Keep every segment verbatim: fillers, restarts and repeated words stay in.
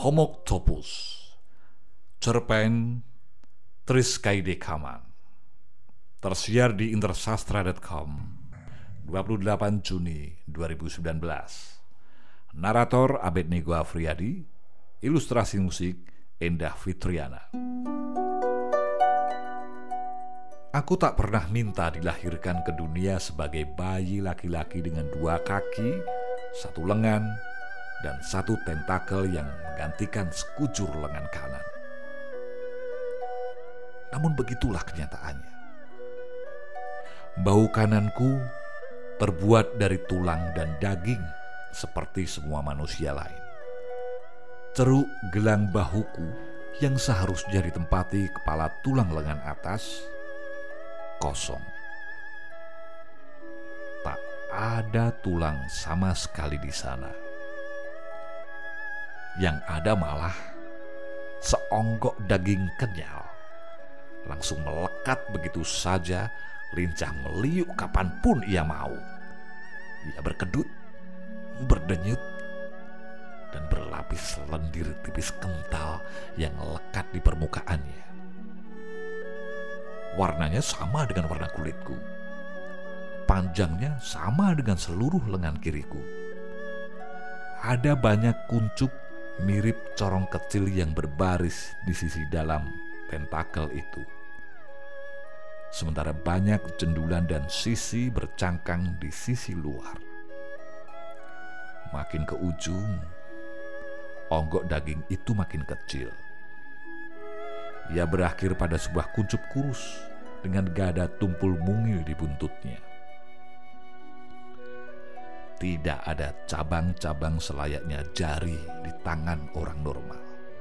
Homoctopus, cerpen Triskaide Kaman, tersiar di intersastra titik com dua puluh delapan Juni dua ribu sembilan belas. Narator Abednego Afriyadi, ilustrasi musik Endah Fitriana. Aku tak pernah minta dilahirkan ke dunia sebagai bayi laki-laki dengan dua kaki, satu lengan, dan satu tentakel yang menggantikan sekujur lengan kanan. Namun begitulah kenyataannya. Bahu kananku terbuat dari tulang dan daging seperti semua manusia lain. Ceruk gelang bahuku yang seharusnya ditempati kepala tulang lengan atas kosong. Tak ada tulang sama sekali di sana. Yang ada malah seonggok daging kenyal, langsung melekat begitu saja, lincah meliuk kapanpun ia mau. Ia berkedut, berdenyut, dan berlapis lendir tipis kental yang lekat di permukaannya. Warnanya sama dengan warna kulitku. Panjangnya sama dengan seluruh lengan kiriku. Ada banyak kuncup mirip corong kecil yang berbaris di sisi dalam tentakel itu. Sementara banyak cendulan dan sisi bercangkang di sisi luar. Makin ke ujung, onggok daging itu makin kecil. Ia berakhir pada sebuah kuncup kurus dengan gada tumpul mungil di buntutnya. Tidak ada cabang-cabang selayaknya jari di tangan orang normal.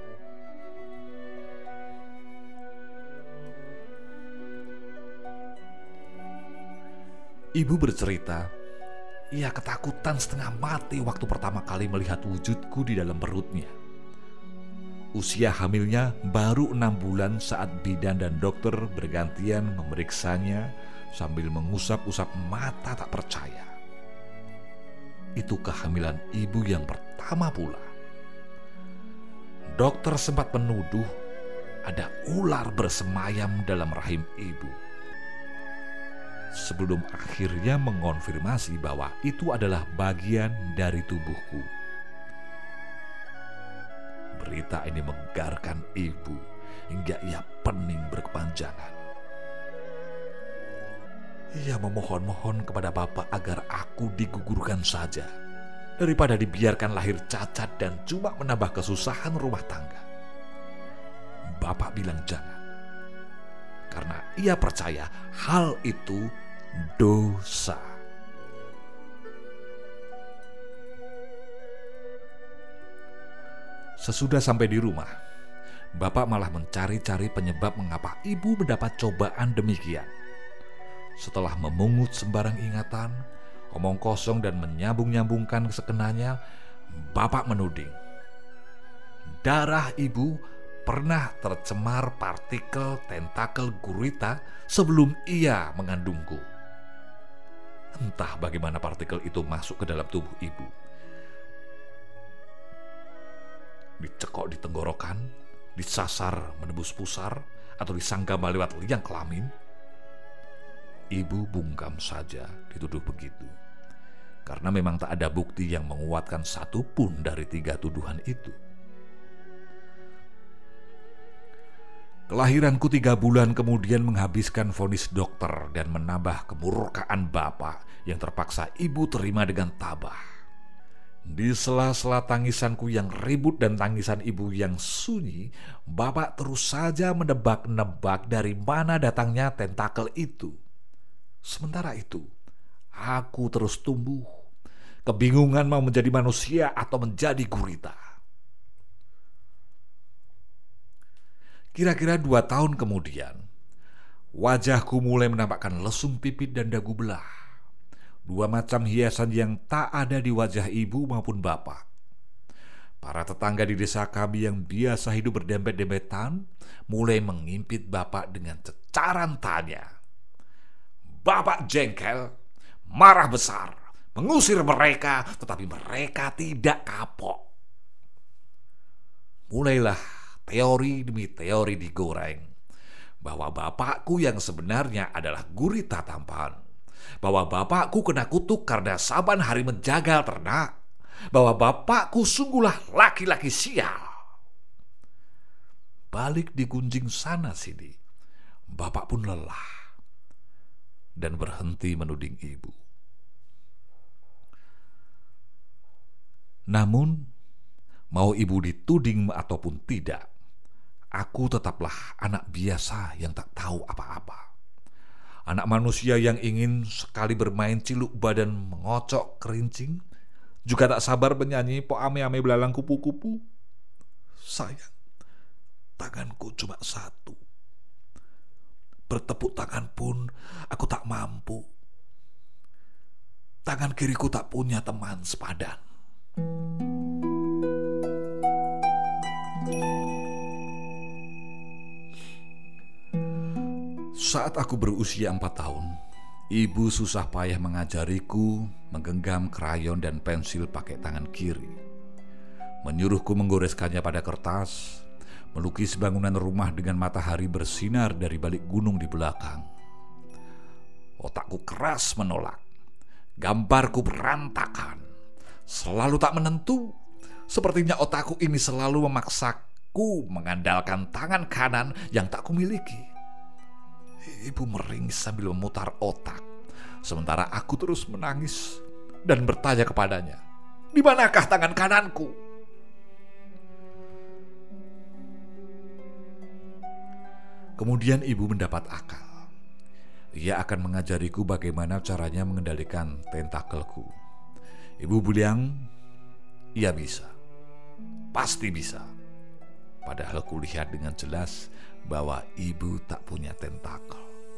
Ibu bercerita, ia ketakutan setengah mati waktu pertama kali melihat wujudku di dalam perutnya. Usia hamilnya baru enam bulan saat bidan dan dokter bergantian memeriksanya sambil mengusap-usap mata tak percaya. Itu kehamilan ibu yang pertama pula. Dokter sempat menuduh ada ular bersemayam dalam rahim ibu. Sebelum akhirnya mengonfirmasi bahwa itu adalah bagian dari tubuhku. Berita ini menggegarkan ibu hingga ia pening berkepanjangan. Ia memohon-mohon kepada bapak agar aku digugurkan saja, daripada dibiarkan lahir cacat dan cuma menambah kesusahan rumah tangga. Bapak bilang jangan, karena ia percaya hal itu dosa. Sesudah sampai di rumah, bapak malah mencari-cari penyebab mengapa ibu mendapat cobaan demikian. Setelah memungut sembarang ingatan, omong kosong dan menyambung-nyambungkan sekenanya, bapak menuding darah ibu pernah tercemar partikel tentakel gurita sebelum ia mengandungku. Entah bagaimana partikel itu masuk ke dalam tubuh ibu. Dicekok di tenggorokan, disasar menembus pusar, atau disanggam lewat liang kelamin. Ibu bungkam saja dituduh begitu, karena memang tak ada bukti yang menguatkan satu pun dari tiga tuduhan itu. Kelahiranku tiga bulan kemudian menghabiskan vonis dokter dan menambah kemurkaan bapak yang terpaksa ibu terima dengan tabah. Di sela-sela tangisanku yang ribut dan tangisan ibu yang sunyi, bapak terus saja menebak-nebak dari mana datangnya tentakel itu. Sementara itu, aku terus tumbuh, kebingungan mau menjadi manusia atau menjadi gurita. Kira-kira dua tahun kemudian, wajahku mulai menampakkan lesung pipit dan dagu belah. Dua macam hiasan yang tak ada di wajah ibu maupun bapak. Para tetangga di desa kami yang biasa hidup berdempet-dempetan mulai mengimpit bapak dengan cecaran tanya. Bapak jengkel, marah besar, mengusir mereka, tetapi mereka tidak kapok. mulailah teori demi teori digoreng bahwa bapakku yang sebenarnya adalah gurita tampan, bahwa bapakku kena kutuk karena saban hari menjagal ternak, bahwa bapakku sungguhlah laki-laki sial. Balik digunjing sana sini, bapak pun lelah dan berhenti menuding ibu. Namun, mau ibu dituding ataupun tidak, aku tetaplah anak biasa yang tak tahu apa-apa. Anak manusia yang ingin sekali bermain ciluk badan mengocok kerincing, juga tak sabar menyanyi po ame-ame belalang kupu-kupu. Sayang, tanganku cuma satu. Bertepuk tangan pun aku tak mampu. Tangan kiriku tak punya teman sepadan. Saat aku berusia empat tahun, ibu susah payah mengajariku menggenggam krayon dan pensil pakai tangan kiri. Menyuruhku menggoreskannya pada kertas, melukis bangunan rumah dengan matahari bersinar dari balik gunung di belakang. Otakku keras menolak. Gambarku berantakan, selalu tak menentu. Sepertinya otakku ini selalu memaksaku mengandalkan tangan kanan yang tak kumiliki. Ibu meringis sambil memutar otak, sementara aku terus menangis dan bertanya kepadanya, "Di manakah tangan kananku?" Kemudian ibu mendapat akal. Ia akan mengajariku bagaimana caranya mengendalikan tentakelku. Ibu bilang, ia bisa. Pasti bisa. Padahal kulihat dengan jelas bahwa ibu tak punya tentakel.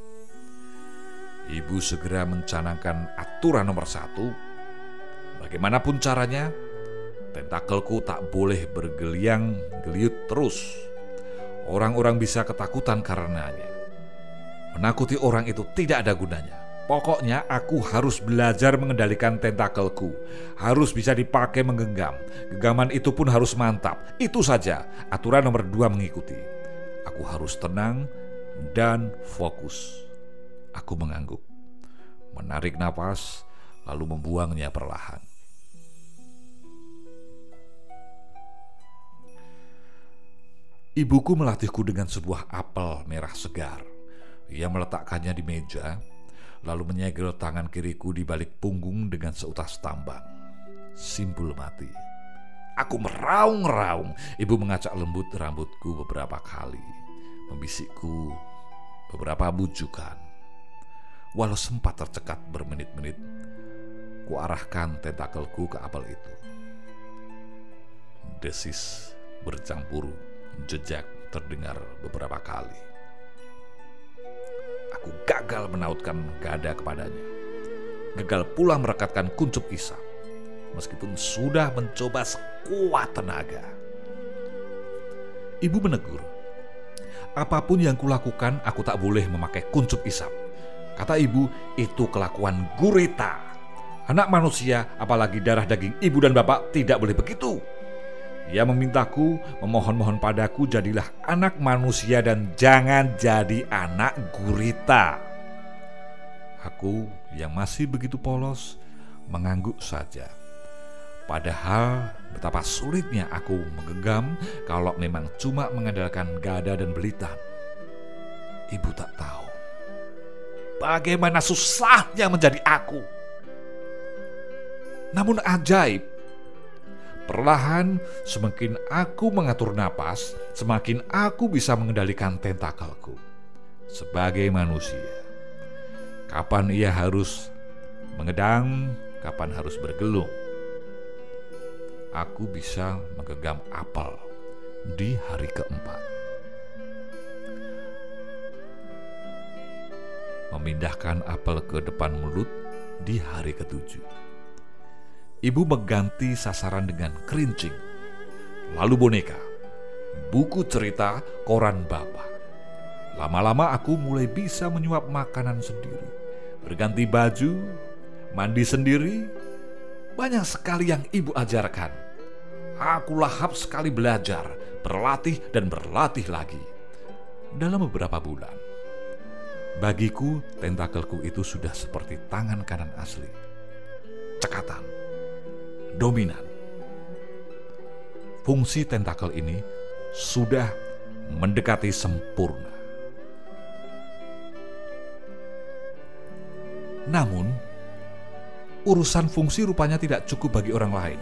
Ibu segera mencanangkan aturan nomor satu. Bagaimanapun caranya, tentakelku tak boleh bergeliang geliut terus. Orang-orang bisa ketakutan karenanya. Menakuti orang itu tidak ada gunanya. Pokoknya aku harus belajar mengendalikan tentakelku. Harus bisa dipakai menggenggam. Genggaman itu pun harus mantap. Itu saja aturan nomor dua mengikuti. Aku harus tenang dan fokus. Aku mengangguk, menarik napas, lalu membuangnya perlahan. Ibuku melatihku dengan sebuah apel merah segar. Ia meletakkannya di meja, lalu menyegel tangan kiriku di balik punggung dengan seutas tambang. Simpul mati. Aku meraung-raung. Ibu mengacak lembut rambutku beberapa kali, membisikku beberapa bujukan. Walau sempat tercekat bermenit-menit, kuarahkan tentakelku ke apel itu. Desis bercampur jejak terdengar beberapa kali. Aku gagal menautkan gada kepadanya. Gagal pula merekatkan kuncup isap, meskipun sudah mencoba sekuat tenaga. Ibu menegur, apapun yang kulakukan, aku tak boleh memakai kuncup isap. Kata ibu, itu kelakuan gurita. Anak manusia, apalagi darah daging ibu dan bapak, tidak boleh begitu. Ia memintaku, memohon-mohon padaku, jadilah anak manusia dan jangan jadi anak gurita. Aku yang masih begitu polos mengangguk saja. Padahal betapa sulitnya aku menggenggam kalau memang cuma mengandalkan gada dan belitan. Ibu tak tahu bagaimana susahnya menjadi aku. Namun ajaib, perlahan semakin aku mengatur napas, semakin aku bisa mengendalikan tentakelku. Sebagai manusia, kapan ia harus mengedang, kapan harus bergelung. Aku bisa menggenggam apel di hari keempat. Memindahkan apel ke depan mulut di hari ketujuh. Ibu mengganti sasaran dengan kerincing, lalu boneka, buku cerita, koran bapak. Lama-lama aku mulai bisa menyuap makanan sendiri, berganti baju, mandi sendiri. Banyak sekali yang ibu ajarkan. Aku lahap sekali belajar, berlatih dan berlatih lagi. Dalam beberapa bulan, bagiku tentakelku itu sudah seperti tangan kanan asli. Cekatan, dominan. Fungsi tentakel ini sudah mendekati sempurna. Namun, urusan fungsi rupanya tidak cukup bagi orang lain.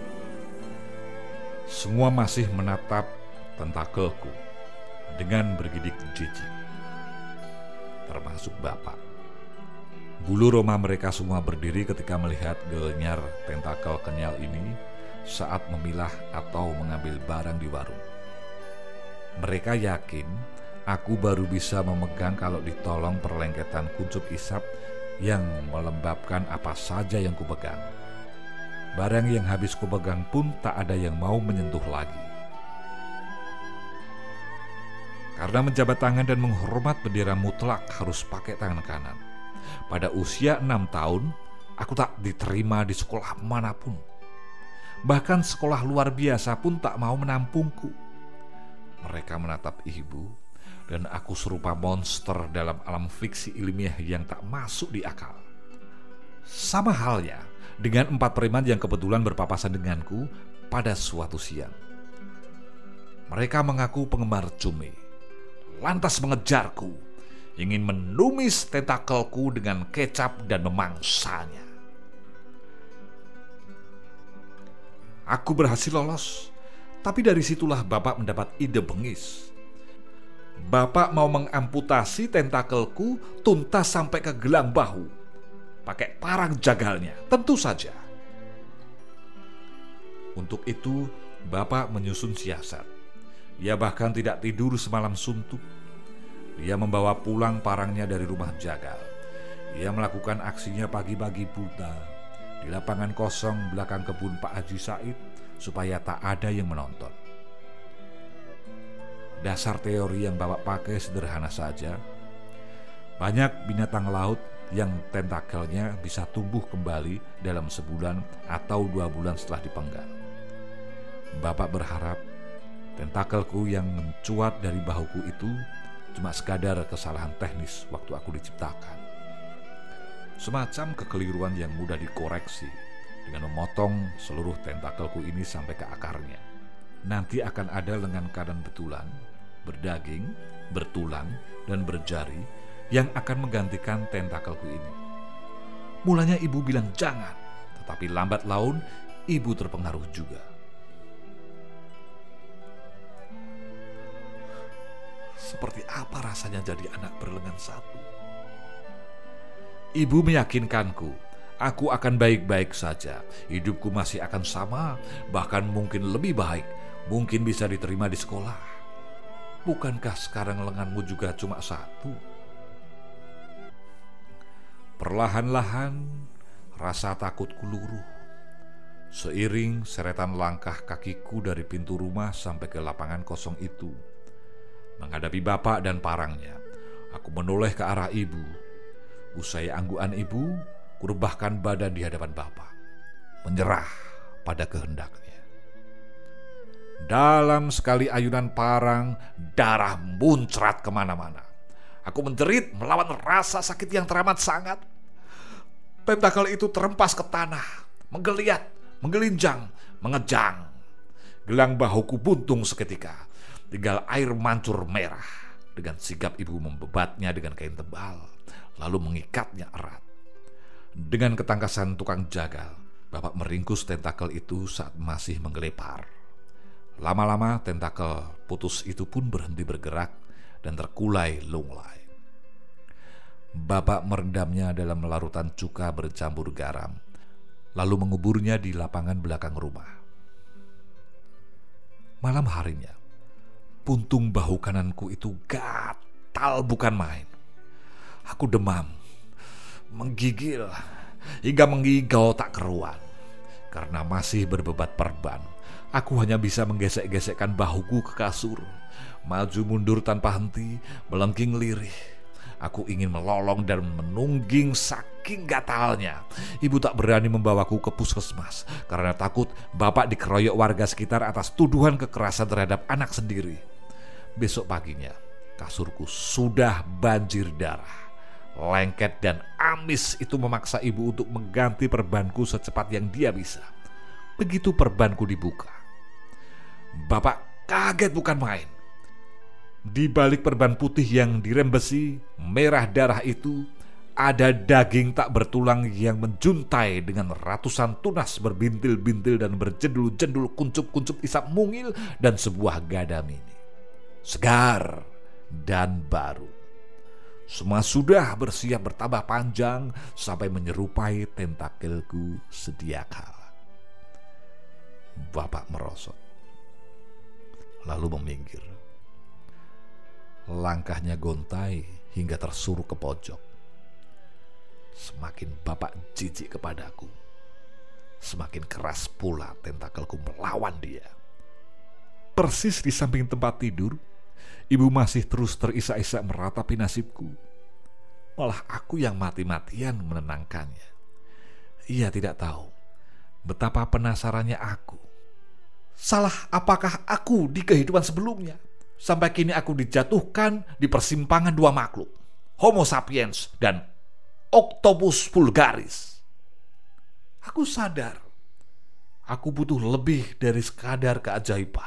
Semua masih menatap tentakelku dengan bergidik jijik, termasuk bapak. Bulu roma mereka semua berdiri ketika melihat gelenyar tentakel kenyal ini saat memilah atau mengambil barang di warung. Mereka yakin aku baru bisa memegang kalau ditolong perlengketan kuncup isap yang melembabkan apa saja yang kupegang. Barang yang habis kupegang pun tak ada yang mau menyentuh lagi. Karena menjabat tangan dan menghormat bendera mutlak harus pakai tangan kanan. Pada usia enam tahun, aku tak diterima di sekolah manapun. Bahkan sekolah luar biasa pun tak mau menampungku. Mereka menatap ibu, dan aku serupa monster dalam alam fiksi ilmiah yang tak masuk di akal. Sama halnya dengan empat preman yang kebetulan berpapasan denganku pada suatu siang. Mereka mengaku penggemar cumi, lantas mengejarku, ingin menumis tentakelku dengan kecap dan memangsanya. Aku berhasil lolos, tapi dari situlah bapak mendapat ide bengis. Bapak mau mengamputasi tentakelku tuntas sampai ke gelang bahu, pakai parang jagalnya, tentu saja. Untuk itu, bapak menyusun siasat. Ia bahkan tidak tidur semalam suntuk. Dia membawa pulang parangnya dari rumah jagal. Ia melakukan aksinya pagi-pagi buta di lapangan kosong belakang kebun Pak Haji Said supaya tak ada yang menonton. Dasar teori yang bapak pakai sederhana saja. Banyak binatang laut yang tentakelnya bisa tumbuh kembali dalam sebulan atau dua bulan setelah dipenggal. Bapak berharap tentakelku yang mencuat dari bahuku itu cuma sekadar kesalahan teknis waktu aku diciptakan. Semacam kekeliruan yang mudah dikoreksi dengan memotong seluruh tentakelku ini sampai ke akarnya. Nanti akan ada lengan kanan betulan, berdaging, bertulang, dan berjari yang akan menggantikan tentakelku ini. Mulanya ibu bilang jangan, tetapi lambat laun ibu terpengaruh juga. Seperti apa rasanya jadi anak berlengan satu? Ibu meyakinkanku, aku akan baik-baik saja. Hidupku masih akan sama, bahkan mungkin lebih baik. Mungkin bisa diterima di sekolah. Bukankah sekarang lenganmu juga cuma satu? Perlahan-lahan rasa takutku luruh. Seiring seretan langkah kakiku dari pintu rumah sampai ke lapangan kosong itu. Menghadapi bapak dan parangnya, aku menoleh ke arah ibu. Usai angguan ibu, kurebahkan badan di hadapan bapak, menyerah pada kehendaknya. Dalam sekali ayunan parang, darah muncrat kemana-mana. Aku menjerit melawan rasa sakit yang teramat sangat. Tentakel itu terempas ke tanah, menggeliat, menggelinjang, mengejang. Gelang bahuku buntung seketika. Tinggal air mancur merah. Dengan sigap ibu membebatnya dengan kain tebal, lalu mengikatnya erat. Dengan ketangkasan tukang jagal, bapak meringkus tentakel itu saat masih menggelepar. Lama-lama tentakel putus itu pun berhenti bergerak dan terkulai lunglai. Bapak merendamnya dalam larutan cuka bercampur garam, lalu menguburnya di lapangan belakang rumah. Malam harinya, puntung bahu kananku itu gatal bukan main. Aku demam, menggigil, hingga menggigau tak keruan. Karena masih berbebat perban, aku hanya bisa menggesek-gesekkan bahuku ke kasur, maju mundur tanpa henti, melengking lirih. Aku ingin melolong dan menungging saking gatalnya. Ibu tak berani membawaku ke puskesmas karena takut bapak dikeroyok warga sekitar atas tuduhan kekerasan terhadap anak sendiri. Besok paginya, kasurku sudah banjir darah. Lengket dan amis itu memaksa ibu untuk mengganti perbanku secepat yang dia bisa. Begitu perbanku dibuka, bapak kaget bukan main. Di balik perban putih yang direm besi merah darah itu, ada daging tak bertulang yang menjuntai dengan ratusan tunas berbintil-bintil dan berjendul-jendul kuncup-kuncup isap mungil dan sebuah gada mini. Segar dan baru. Semua sudah bersiap bertambah panjang sampai menyerupai tentakelku sedia kala. Bapak merosot, lalu meminggir. Langkahnya gontai hingga tersuruh ke pojok. Semakin bapak jijik kepadaku, semakin keras pula tentakelku melawan dia. Persis di samping tempat tidur, ibu masih terus terisak-isak meratapi nasibku. Malah aku yang mati-matian menenangkannya. Ia tidak tahu betapa penasarannya aku. Salah apakah aku di kehidupan sebelumnya? Sampai kini aku dijatuhkan di persimpangan dua makhluk, Homo sapiens dan Octopus vulgaris. Aku sadar, aku butuh lebih dari sekadar keajaiban.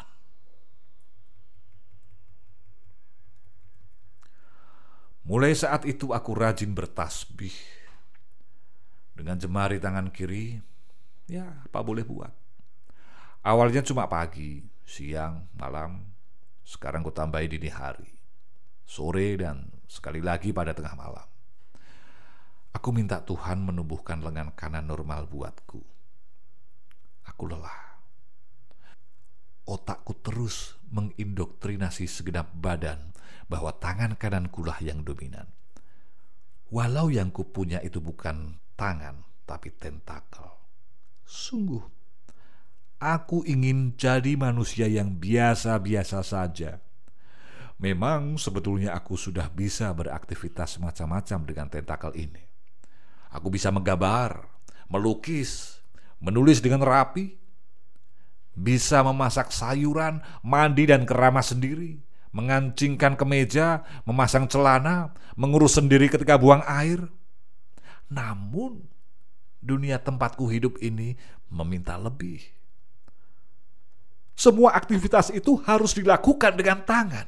Mulai saat itu aku rajin bertasbih. Dengan jemari tangan kiri, ya apa boleh buat. Awalnya cuma pagi, siang, malam. Sekarang ku tambahi dini hari, sore, dan sekali lagi pada tengah malam. Aku minta Tuhan menumbuhkan lengan kanan normal buatku. Aku lelah. Otakku terus mengindoktrinasi segenap badan bahwa tangan kananku lah yang dominan. Walau yang kupunya itu bukan tangan, tapi tentakel. Sungguh, aku ingin jadi manusia yang biasa-biasa saja. Memang sebetulnya aku sudah bisa beraktivitas macam-macam dengan tentakel ini. Aku bisa menggambar, melukis, menulis dengan rapi, bisa memasak sayuran, mandi dan keramas sendiri, mengancingkan kemeja, memasang celana, mengurus sendiri ketika buang air. Namun, dunia tempatku hidup ini meminta lebih. Semua aktivitas itu harus dilakukan dengan tangan.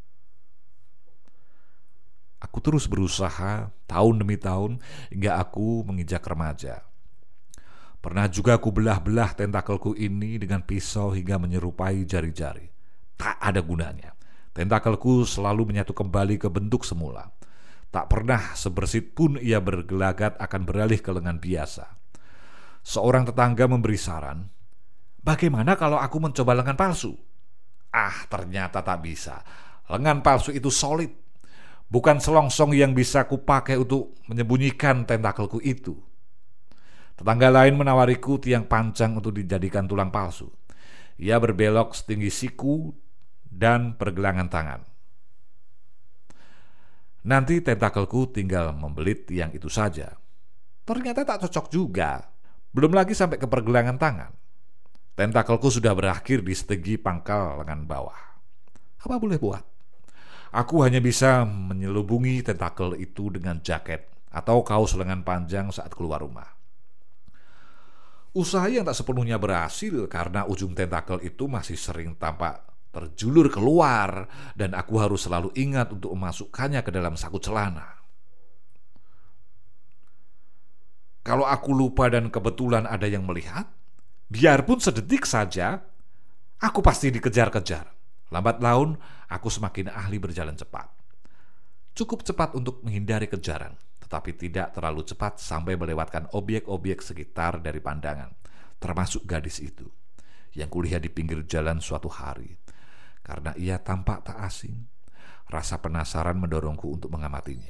Aku terus berusaha tahun demi tahun hingga aku menginjak remaja. Pernah juga aku belah-belah tentakelku ini dengan pisau hingga menyerupai jari-jari. Tak ada gunanya. Tentakelku selalu menyatu kembali ke bentuk semula. Tak pernah sebersit pun ia bergelagat akan beralih ke lengan biasa. Seorang tetangga memberi saran, bagaimana kalau aku mencoba lengan palsu? Ah, ternyata tak bisa. Lengan palsu itu solid. Bukan selongsong yang bisa kupakai untuk menyembunyikan tentakelku itu. Tetangga lain menawariku tiang pancang untuk dijadikan tulang palsu. Ia berbelok setinggi siku dan pergelangan tangan. Nanti tentakelku tinggal membelit tiang itu saja. Ternyata tak cocok juga. Belum lagi sampai ke pergelangan tangan. Tentakelku sudah berakhir di setegi pangkal lengan bawah. Apa boleh buat? Aku hanya bisa menyelubungi tentakel itu dengan jaket atau kaos lengan panjang saat keluar rumah. Usaha yang tak sepenuhnya berhasil karena ujung tentakel itu masih sering tampak terjulur keluar dan aku harus selalu ingat untuk memasukkannya ke dalam saku celana. Kalau aku lupa dan kebetulan ada yang melihat, biarpun sedetik saja, aku pasti dikejar-kejar. Lambat laun, aku semakin ahli berjalan cepat. Cukup cepat untuk menghindari kejaran, tetapi tidak terlalu cepat sampai melewatkan objek-objek sekitar dari pandangan, termasuk gadis itu, yang kulihat di pinggir jalan suatu hari. Karena ia tampak tak asing, rasa penasaran mendorongku untuk mengamatinya.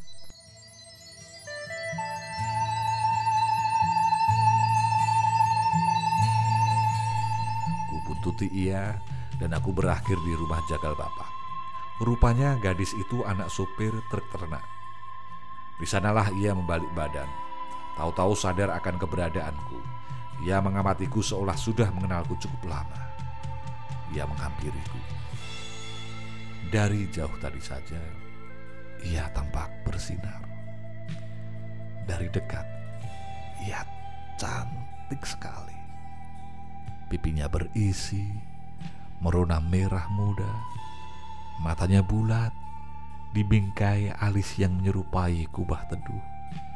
Kubuntuti ia dan aku berakhir di rumah jagal bapak. Rupanya gadis itu anak sopir truk ternak. Di sanalah ia membalik badan. Tahu-tahu sadar akan keberadaanku. Ia mengamatiku seolah sudah mengenalku cukup lama. Ia menghampiriku. Dari jauh tadi saja, ia tampak bersinar. Dari dekat, ia cantik sekali. Pipinya berisi, merona merah muda, matanya bulat, dibingkai alis yang menyerupai kubah teduh.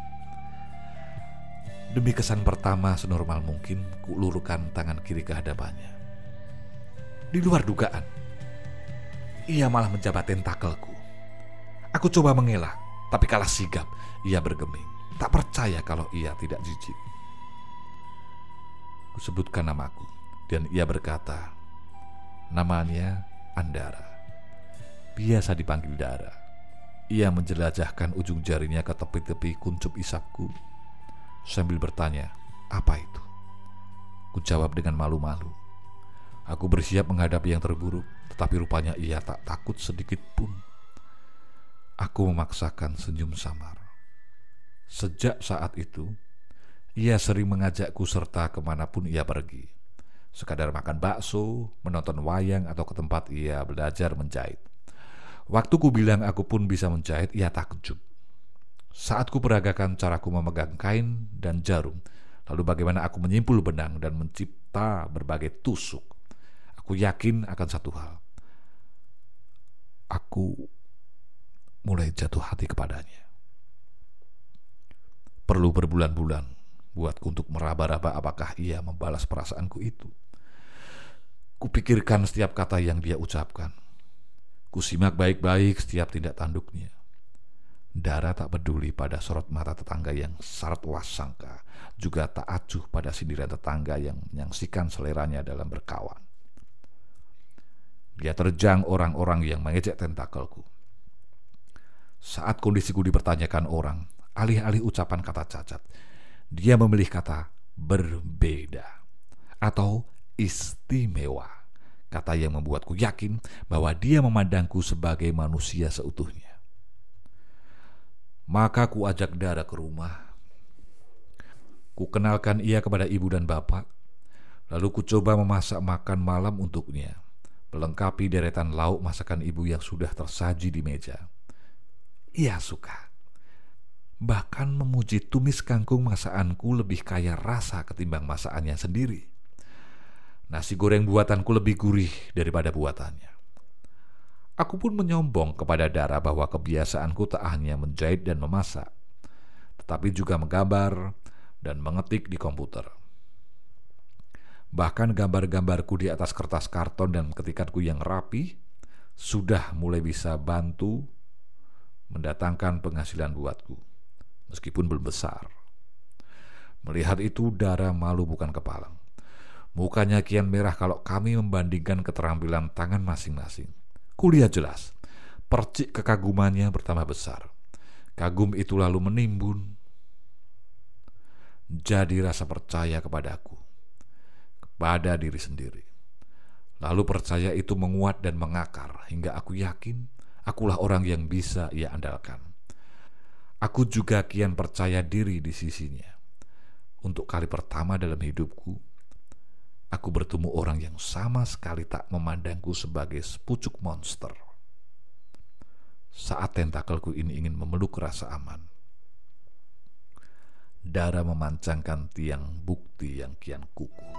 Demi kesan pertama senormal mungkin, kuulurkan tangan kiri ke hadapannya. Di luar dugaan, ia malah menjabat tentakelku. Aku coba mengelak, tapi kalah sigap. Ia bergeming, tak percaya kalau ia tidak jijik. Kusebutkan namaku, dan ia berkata, namanya Andara. Biasa dipanggil Dara. Ia menjelajahkan ujung jarinya ke tepi-tepi kuncup isapku, sambil bertanya, apa itu? Ku jawab dengan malu-malu. Aku bersiap menghadapi yang terburuk, tetapi rupanya ia tak takut sedikit pun. Aku memaksakan senyum samar. Sejak saat itu, ia sering mengajakku serta kemanapun ia pergi. Sekadar makan bakso, menonton wayang, atau ke tempat ia belajar menjahit. Waktu ku bilang aku pun bisa menjahit, ia takjub. Saat ku peragakan caraku memegang kain dan jarum, lalu bagaimana aku menyimpul benang dan mencipta berbagai tusuk, aku yakin akan satu hal. Aku mulai jatuh hati kepadanya. Perlu berbulan-bulan buatku untuk meraba-raba apakah ia membalas perasaanku itu. Kupikirkan setiap kata yang dia ucapkan. Kusimak baik-baik setiap tindak tanduknya. Dara tak peduli pada sorot mata tetangga yang syarat wasangka, juga tak acuh pada sindiran tetangga yang menyaksikan seleranya dalam berkawan. Dia terjang orang-orang yang mengejek tentakelku. Saat kondisiku dipertanyakan orang, alih-alih ucapan kata cacat, dia memilih kata berbeda atau istimewa, kata yang membuatku yakin bahwa dia memandangku sebagai manusia seutuhnya. Maka ku ajak Dara ke rumah. Ku kenalkan ia kepada ibu dan bapak. Lalu ku coba memasak makan malam untuknya, melengkapi deretan lauk masakan ibu yang sudah tersaji di meja. Ia suka. Bahkan memuji tumis kangkung masakanku lebih kaya rasa ketimbang masakannya sendiri. Nasi goreng buatanku lebih gurih daripada buatannya. Aku pun menyombong kepada Dara bahwa kebiasaanku tak hanya menjahit dan memasak, tetapi juga menggambar dan mengetik di komputer. Bahkan gambar-gambarku di atas kertas karton dan ketikanku yang rapi sudah mulai bisa bantu mendatangkan penghasilan buatku, meskipun belum besar. Melihat itu Dara malu bukan kepalang. Mukanya kian merah kalau kami membandingkan keterampilan tangan masing-masing. Kulihat jelas, percik kekagumannya bertambah besar. Kagum itu lalu menimbun jadi rasa percaya kepadaku, kepada diri sendiri. Lalu percaya itu menguat dan mengakar hingga aku yakin akulah orang yang bisa ia andalkan. Aku juga kian percaya diri di sisinya. Untuk kali pertama dalam hidupku, aku bertemu orang yang sama sekali tak memandangku sebagai sepucuk monster. Saat tentakelku ini ingin memeluk rasa aman, Dara memancangkan tiang bukti yang kian kukuh.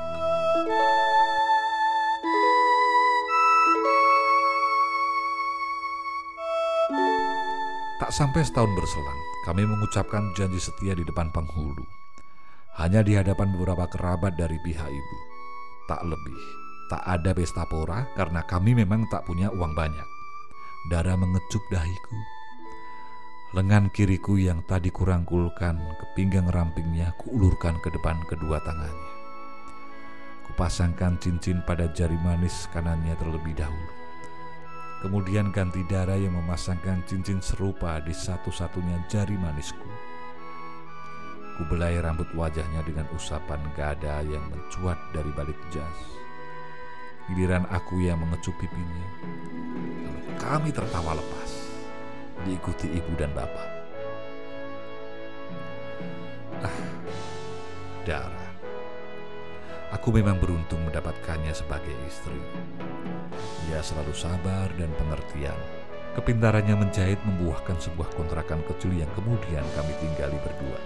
Tak sampai setahun berselang, kami mengucapkan janji setia di depan penghulu. Hanya di hadapan beberapa kerabat dari pihak ibu. Tak lebih. Tak ada pesta pora karena kami memang tak punya uang banyak. Dara mengecup dahiku. Lengan kiriku yang tadi kurangkulkan ke pinggang rampingnya kuulurkan ke depan kedua tangannya. Kupasangkan cincin pada jari manis kanannya terlebih dahulu. Kemudian ganti Dara yang memasangkan cincin serupa di satu-satunya jari manisku. Kubelai rambut wajahnya dengan usapan gada yang mencuat dari balik jas. Giliran aku yang mengecup pipinya. Lalu kami tertawa lepas, diikuti ibu dan bapak. Dara. Aku memang beruntung mendapatkannya sebagai istri. Ia selalu sabar dan pengertian. Kepintarannya menjahit membuahkan sebuah kontrakan kecil yang kemudian kami tinggali berdua.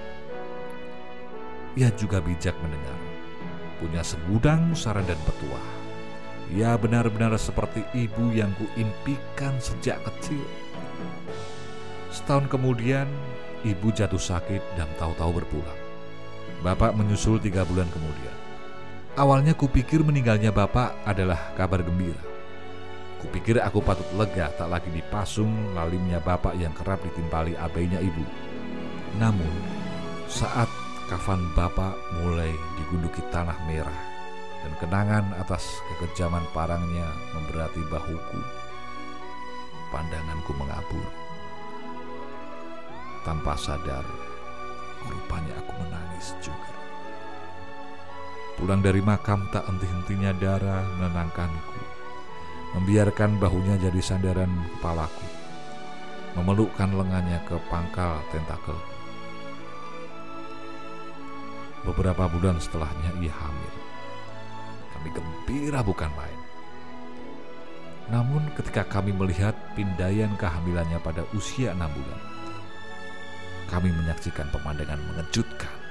Ia juga bijak mendengar, punya segudang saran dan petuah. Ia benar-benar seperti ibu yang kuimpikan sejak kecil. Setahun kemudian, ibu jatuh sakit dan tahu-tahu berpulang. Bapak menyusul tiga bulan kemudian. Awalnya kupikir meninggalnya bapak adalah kabar gembira. Kupikir aku patut lega tak lagi dipasung lalimnya bapak yang kerap ditimpali abainya ibu. Namun, saat kafan bapak mulai digunduki tanah merah dan kenangan atas kekejaman parangnya memberati bahuku, pandanganku mengabur. Tanpa sadar, rupanya aku menangis juga. Pulang dari makam tak henti-hentinya Dara menenangkanku, membiarkan bahunya jadi sandaran kepalaku, memelukkan lengannya ke pangkal tentakel. Beberapa bulan setelahnya ia hamil. Kami gembira bukan main. Namun ketika kami melihat pindaian kehamilannya pada usia enam bulan, kami menyaksikan pemandangan mengejutkan.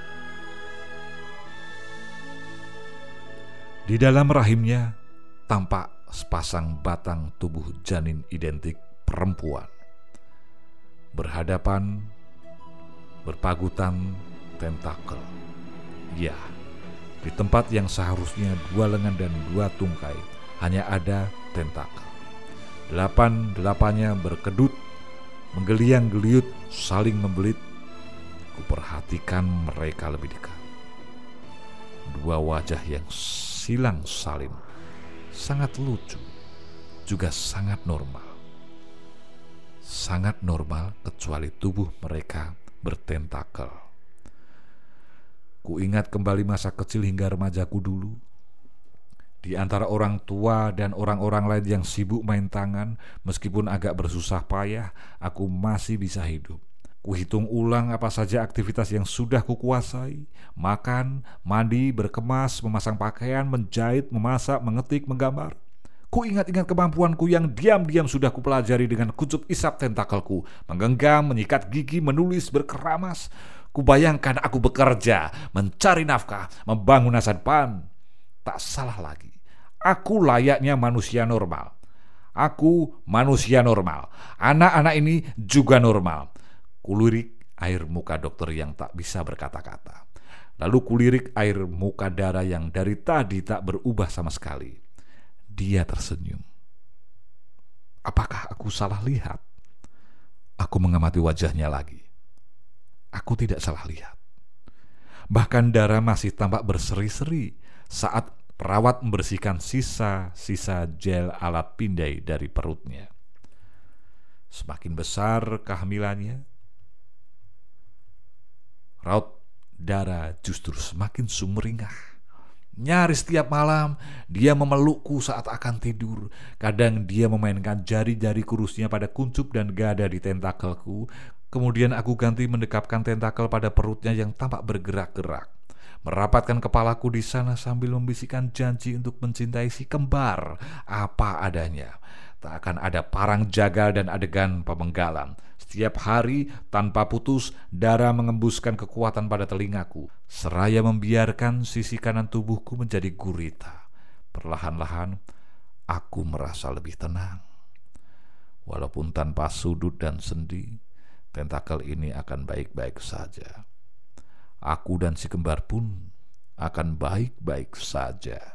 Di dalam rahimnya tampak sepasang batang tubuh janin identik perempuan, berhadapan, berpagutan tentakel. Ya, di tempat yang seharusnya dua lengan dan dua tungkai, hanya ada tentakel. Delapan-delapannya berkedut, menggeliang-geliut, saling membelit. Kuperhatikan mereka lebih dekat. Dua wajah yang silang salim, sangat lucu, juga sangat normal. Sangat normal kecuali tubuh mereka bertentakel. Kuingat kembali masa kecil hingga remajaku dulu. Di antara orang tua dan orang-orang lain yang sibuk main tangan, meskipun agak bersusah payah, aku masih bisa hidup. Kuhitung ulang apa saja aktivitas yang sudah kukuasai. Makan, mandi, berkemas, memasang pakaian, menjahit, memasak, mengetik, menggambar. Ku ingat-ingat kemampuanku yang diam-diam sudah kupelajari dengan kucup isap tentakelku, menggenggam, menyikat gigi, menulis, berkeramas. Kubayangkan aku bekerja, mencari nafkah, membangun masa depan. Tak salah lagi. Aku layaknya manusia normal. Aku manusia normal. Anak-anak ini juga normal. Kulirik air muka dokter yang tak bisa berkata-kata. Lalu kulirik air muka Dara yang dari tadi tak berubah sama sekali. Dia tersenyum. Apakah aku salah lihat? Aku mengamati wajahnya lagi. Aku tidak salah lihat. Bahkan Dara masih tampak berseri-seri saat perawat membersihkan sisa-sisa gel alat pindai dari perutnya. Semakin besar kehamilannya, raut Dara justru semakin sumringah. Nyaris setiap malam dia memelukku saat akan tidur. Kadang dia memainkan jari-jari kurusnya pada kuncup dan gada di tentakelku. Kemudian aku ganti mendekapkan tentakel pada perutnya yang tampak bergerak-gerak, merapatkan kepalaku di sana sambil membisikkan janji untuk mencintai si kembar apa adanya. Tak akan ada parang jagal dan adegan pemenggalan. Setiap hari tanpa putus Dara mengembuskan kekuatan pada telingaku, seraya membiarkan sisi kanan tubuhku menjadi gurita. Perlahan-lahan aku merasa lebih tenang. Walaupun tanpa sudut dan sendi, tentakel ini akan baik-baik saja. Aku dan si kembar pun akan baik-baik saja.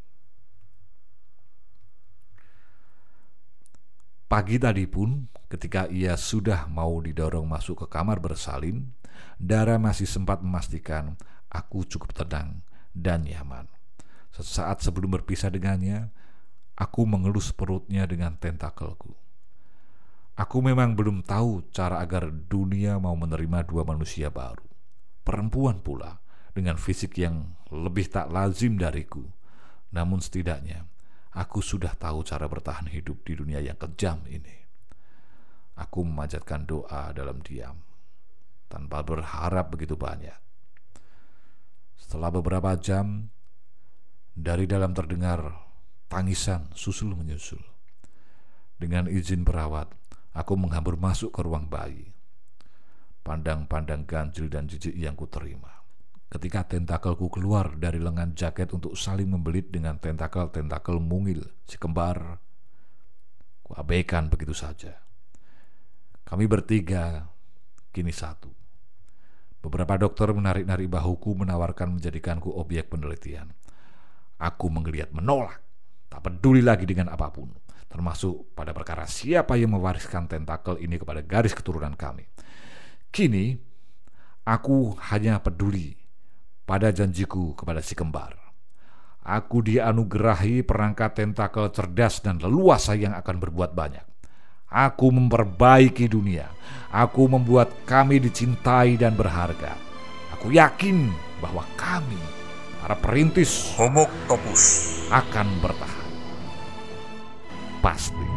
Pagi tadi pun, ketika ia sudah mau didorong masuk ke kamar bersalin, Dara masih sempat memastikan aku cukup tenang dan nyaman. Sesaat sebelum berpisah dengannya, aku mengelus perutnya dengan tentakelku. Aku memang belum tahu cara agar dunia mau menerima dua manusia baru. Perempuan pula, dengan fisik yang lebih tak lazim dariku. Namun setidaknya, aku sudah tahu cara bertahan hidup di dunia yang kejam ini. Aku memanjatkan doa dalam diam, tanpa berharap begitu banyak. Setelah beberapa jam, dari dalam terdengar tangisan susul menyusul. Dengan izin perawat, aku menghambur masuk ke ruang bayi. Pandang-pandang ganjil dan jijik yang kuterima. Ketika tentakelku keluar dari lengan jaket untuk saling membelit dengan tentakel-tentakel mungil si kembar, kuabaikan begitu saja. Kami bertiga kini satu. Beberapa dokter menarik-narik bahuku, menawarkan menjadikanku objek penelitian. Aku menggeliat menolak, tak peduli lagi dengan apapun, termasuk pada perkara siapa yang mewariskan tentakel ini kepada garis keturunan kami. Kini, aku hanya peduli pada janjiku kepada si kembar. Aku dianugerahi perangkat tentakel cerdas dan leluasa yang akan berbuat banyak. Aku memperbaiki dunia. Aku membuat kami dicintai dan berharga. Aku yakin bahwa kami, para perintis Homo octopus, akan bertahan. Pasti.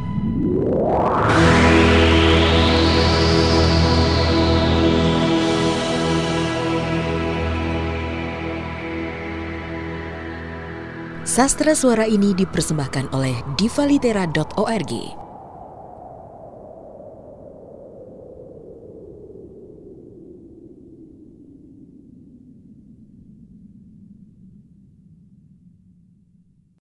Sastra suara ini dipersembahkan oleh diva litera dot org.